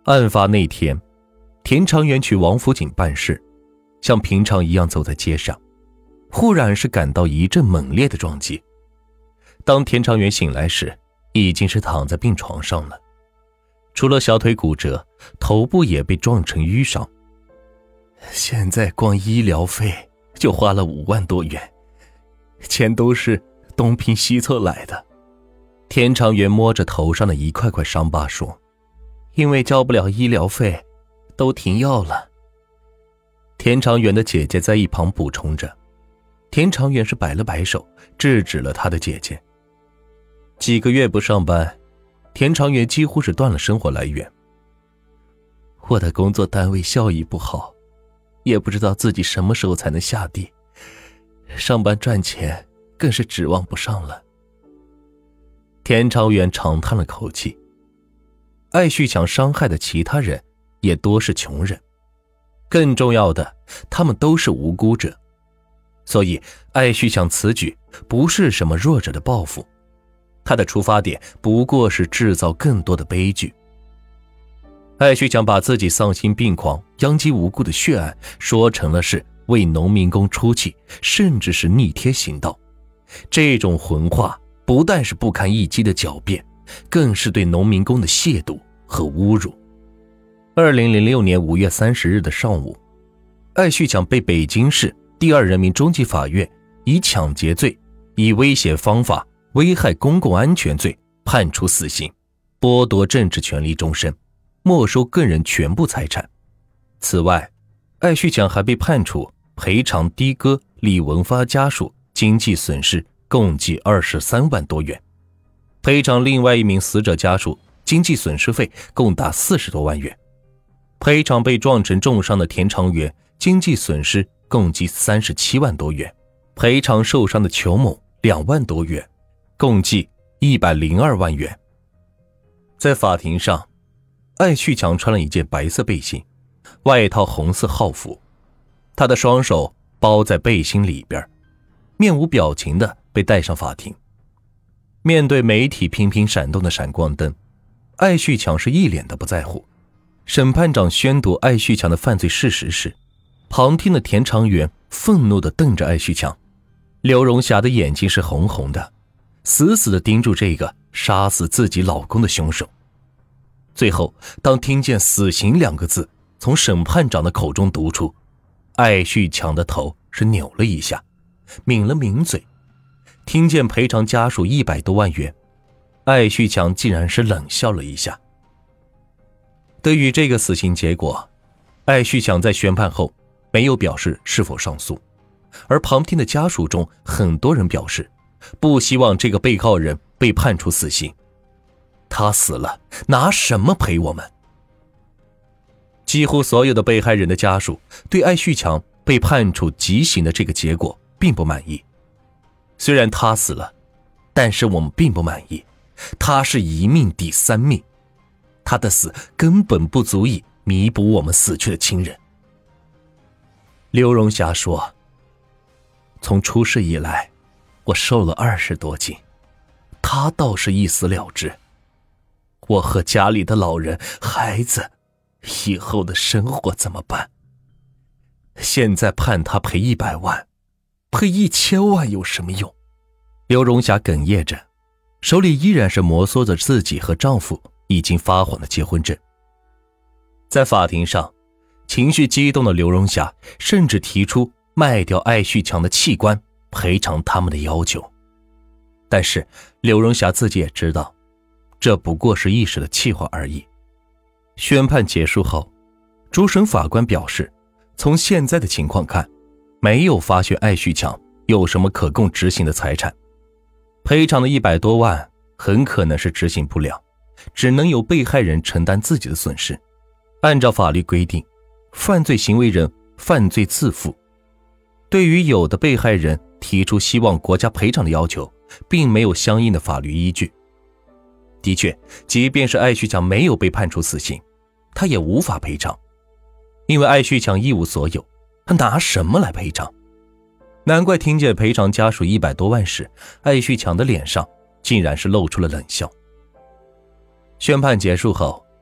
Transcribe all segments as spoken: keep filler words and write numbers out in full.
案发那天，田长元去王府井办事，像平常一样走在街上，忽然是感到一阵猛烈的撞击。当田长元醒来时，已经是躺在病床上了，除了小腿骨折，头部也被撞成淤伤。现在光医疗费就花了五万多元，钱都是东拼西凑来的。田长元摸着头上的一块块伤疤说，因为交不了医疗费，都停药了。田长元的姐姐在一旁补充着，田长元是摆了摆手，制止了他的姐姐。几个月不上班，田长元几乎是断了生活来源。我的工作单位效益不好，也不知道自己什么时候才能下地，上班赚钱更是指望不上了。田长元长叹了口气。艾旭强伤害的其他人也多是穷人，更重要的，他们都是无辜者，所以艾旭强此举不是什么弱者的报复，他的出发点不过是制造更多的悲剧。艾旭强把自己丧心病狂、殃及无辜的血案说成了是为农民工出气，甚至是逆天行道。这种混话不但是不堪一击的狡辩，更是对农民工的亵渎和侮辱。二零零六年五月三十日的上午，艾旭强被北京市第二人民中级法院以抢劫罪、以危险方法危害公共安全罪判处死刑，剥夺政治权利终身，没收个人全部财产。此外，艾旭强还被判处赔偿的哥李文发家属经济损失共计二十三万多元，赔偿另外一名死者家属经济损失费共达四十多万元，赔偿被撞成重伤的田长元经济损失共计三十七万多元，赔偿受伤的裘某两万多元，共计一百零二万元。在法庭上，艾旭强穿了一件白色背心，外套红色号服，他的双手包在背心里边，面无表情地被带上法庭。面对媒体频频闪动的闪光灯，艾旭强是一脸的不在乎。审判长宣读艾旭强的犯罪事实时，旁听的田长元愤怒地瞪着艾旭强，刘荣霞的眼睛是红红的，死死地盯住这个杀死自己老公的凶手。最后，当听见死刑两个字从审判长的口中读出，艾旭强的头是扭了一下，抿了抿嘴。听见赔偿家属一百多万元，艾旭强竟然是冷笑了一下。对于这个死刑结果，艾旭强在宣判后没有表示是否上诉，而旁听的家属中很多人表示不希望这个被告人被判处死刑，他死了拿什么赔我们？几乎所有的被害人的家属对艾旭强被判处极刑的这个结果并不满意。虽然他死了，但是我们并不满意，他是一命抵三命，他的死根本不足以弥补我们死去的亲人。刘荣霞说，从出事以来，我瘦了二十多斤，他倒是一死了之。我和家里的老人、孩子，以后的生活怎么办？现在判他赔一百万，赔一千万有什么用？刘荣霞哽咽着，手里依然是摩挲着自己和丈夫已经发黄的结婚证。在法庭上，情绪激动的刘荣霞甚至提出卖掉艾旭强的器官赔偿他们的要求。但是刘荣霞自己也知道，这不过是一时的气话而已。宣判结束后，主审法官表示，从现在的情况看，没有发现艾旭强有什么可供执行的财产，赔偿的一百多万很可能是执行不了，只能由被害人承担自己的损失。按照法律规定，犯罪行为人犯罪自负。对于有的被害人提出希望国家赔偿的要求，并没有相应的法律依据。的确，即便是艾旭强没有被判处死刑，他也无法赔偿，因为艾旭强一无所有，他拿什么来赔偿？难怪听见赔偿家属一百多万时，艾旭强的脸上竟然是露出了冷笑。宣判结束后，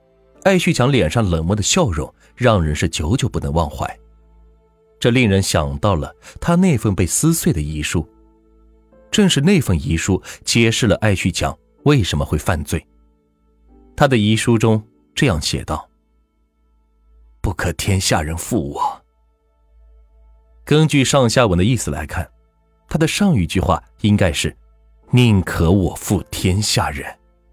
艾旭强脸上冷漠的笑容让人是久久不能忘怀。这令人想到了他那份被撕碎的遗书，正是那份遗书揭示了艾旭强为什么会犯罪。他的遗书中这样写道：不可天下人负我。根据上下文的意思来看，他的上一句话应该是宁可我负天下人。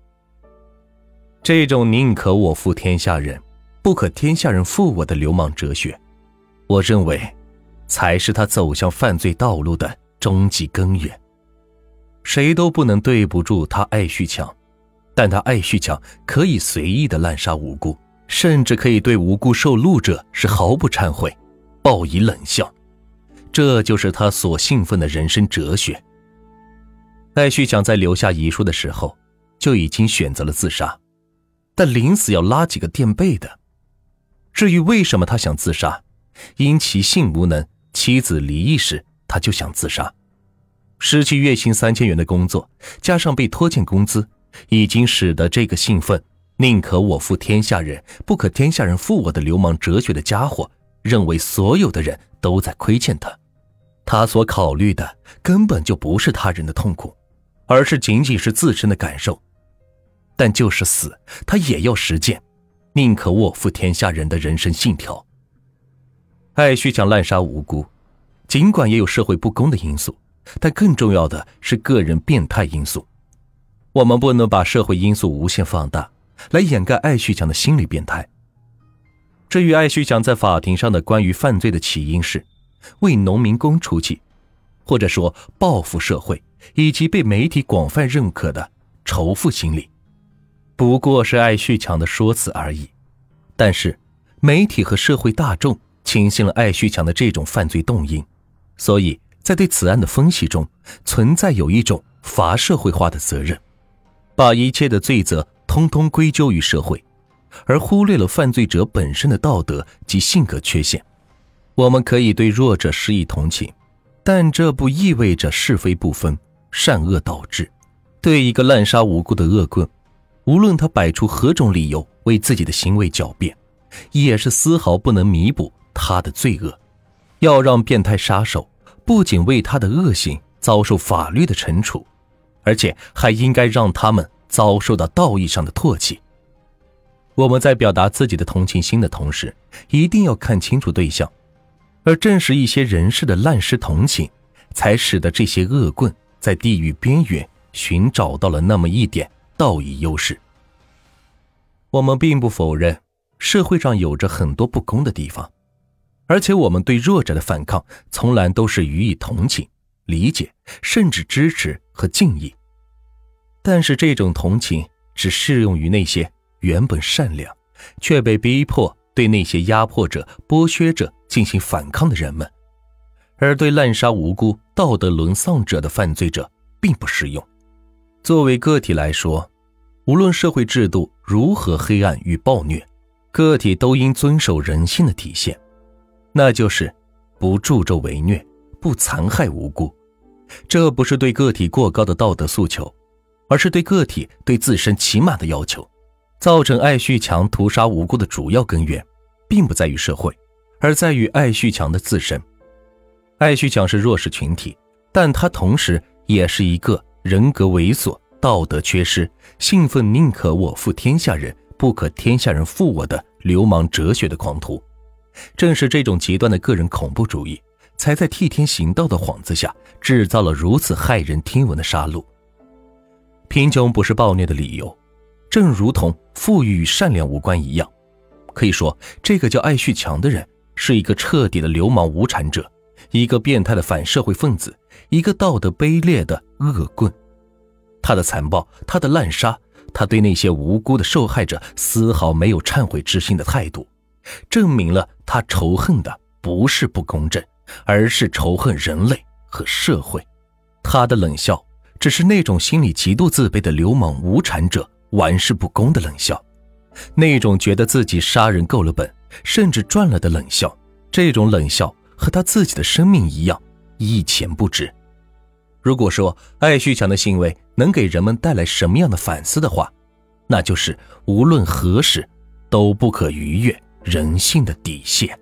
这种宁可我负天下人，不可天下人负我的流氓哲学，我认为才是他走向犯罪道路的终极根源。谁都不能对不住他艾旭强，但他艾旭强可以随意的滥杀无辜，甚至可以对无辜受戮者是毫不忏悔，报以冷笑。这就是他所信奉的人生哲学。艾旭强在留下遗书的时候就已经选择了自杀，但临死要拉几个垫背的。至于为什么他想自杀，因其性无能，妻子离异时他就想自杀。失去月薪三千元的工作，加上被拖欠工资，已经使得这个信奉宁可我负天下人，不可天下人负我的流氓哲学的家伙，认为所有的人都在亏欠他。他所考虑的根本就不是他人的痛苦，而是仅仅是自身的感受。但就是死，他也要实践宁可我负天下人的人生信条。艾旭强滥杀无辜，尽管也有社会不公的因素，但更重要的是个人变态因素。我们不能把社会因素无限放大，来掩盖艾旭强的心理变态。至于艾旭强在法庭上的关于犯罪的起因是为农民工出气，或者说报复社会，以及被媒体广泛认可的仇富心理，不过是艾旭强的说辞而已。但是媒体和社会大众轻信了艾旭强的这种犯罪动因，所以在对此案的分析中存在有一种罚社会化的责任，把一切的罪责通通归咎于社会，而忽略了犯罪者本身的道德及性格缺陷。我们可以对弱者施以同情，但这不意味着是非不分，善恶倒置。对一个滥杀无辜的恶棍，无论他摆出何种理由为自己的行为狡辩，也是丝毫不能弥补他的罪恶。要让变态杀手不仅为他的恶行遭受法律的惩处，而且还应该让他们遭受到道义上的唾弃。我们在表达自己的同情心的同时，一定要看清楚对象，而正是一些人士的滥施同情，才使得这些恶棍在地狱边缘寻找到了那么一点道义优势。我们并不否认社会上有着很多不公的地方，而且我们对弱者的反抗从来都是予以同情、理解，甚至支持和敬意。但是这种同情只适用于那些原本善良，却被逼迫对那些压迫者、剥削者进行反抗的人们，而对滥杀无辜、道德沦丧者的犯罪者并不适用。作为个体来说，无论社会制度如何黑暗与暴虐，个体都应遵守人性的底线，那就是不助纣为虐，不残害无辜。这不是对个体过高的道德诉求，而是对个体对自身起码的要求。造成艾旭强屠杀无辜的主要根源并不在于社会，而在于艾旭强的自身。艾旭强是弱势群体，但他同时也是一个人格猥琐、道德缺失、信奉宁可我负天下人，不可天下人负我的流氓哲学的狂徒。正是这种极端的个人恐怖主义，才在替天行道的幌子下制造了如此骇人听闻的杀戮。贫穷不是暴虐的理由，正如同富裕与善良无关一样。可以说，这个叫艾旭强的人是一个彻底的流氓无产者，一个变态的反社会分子，一个道德卑劣的恶棍。他的残暴，他的滥杀，他对那些无辜的受害者丝毫没有忏悔之心的态度，证明了他仇恨的不是不公正，而是仇恨人类和社会。他的冷笑只是那种心里极度自卑的流氓无产者玩世不恭的冷笑，那种觉得自己杀人够了本，甚至赚了的冷笑。这种冷笑和他自己的生命一样一钱不值。如果说艾旭强的行为能给人们带来什么样的反思的话，那就是无论何时都不可逾越人性的底线。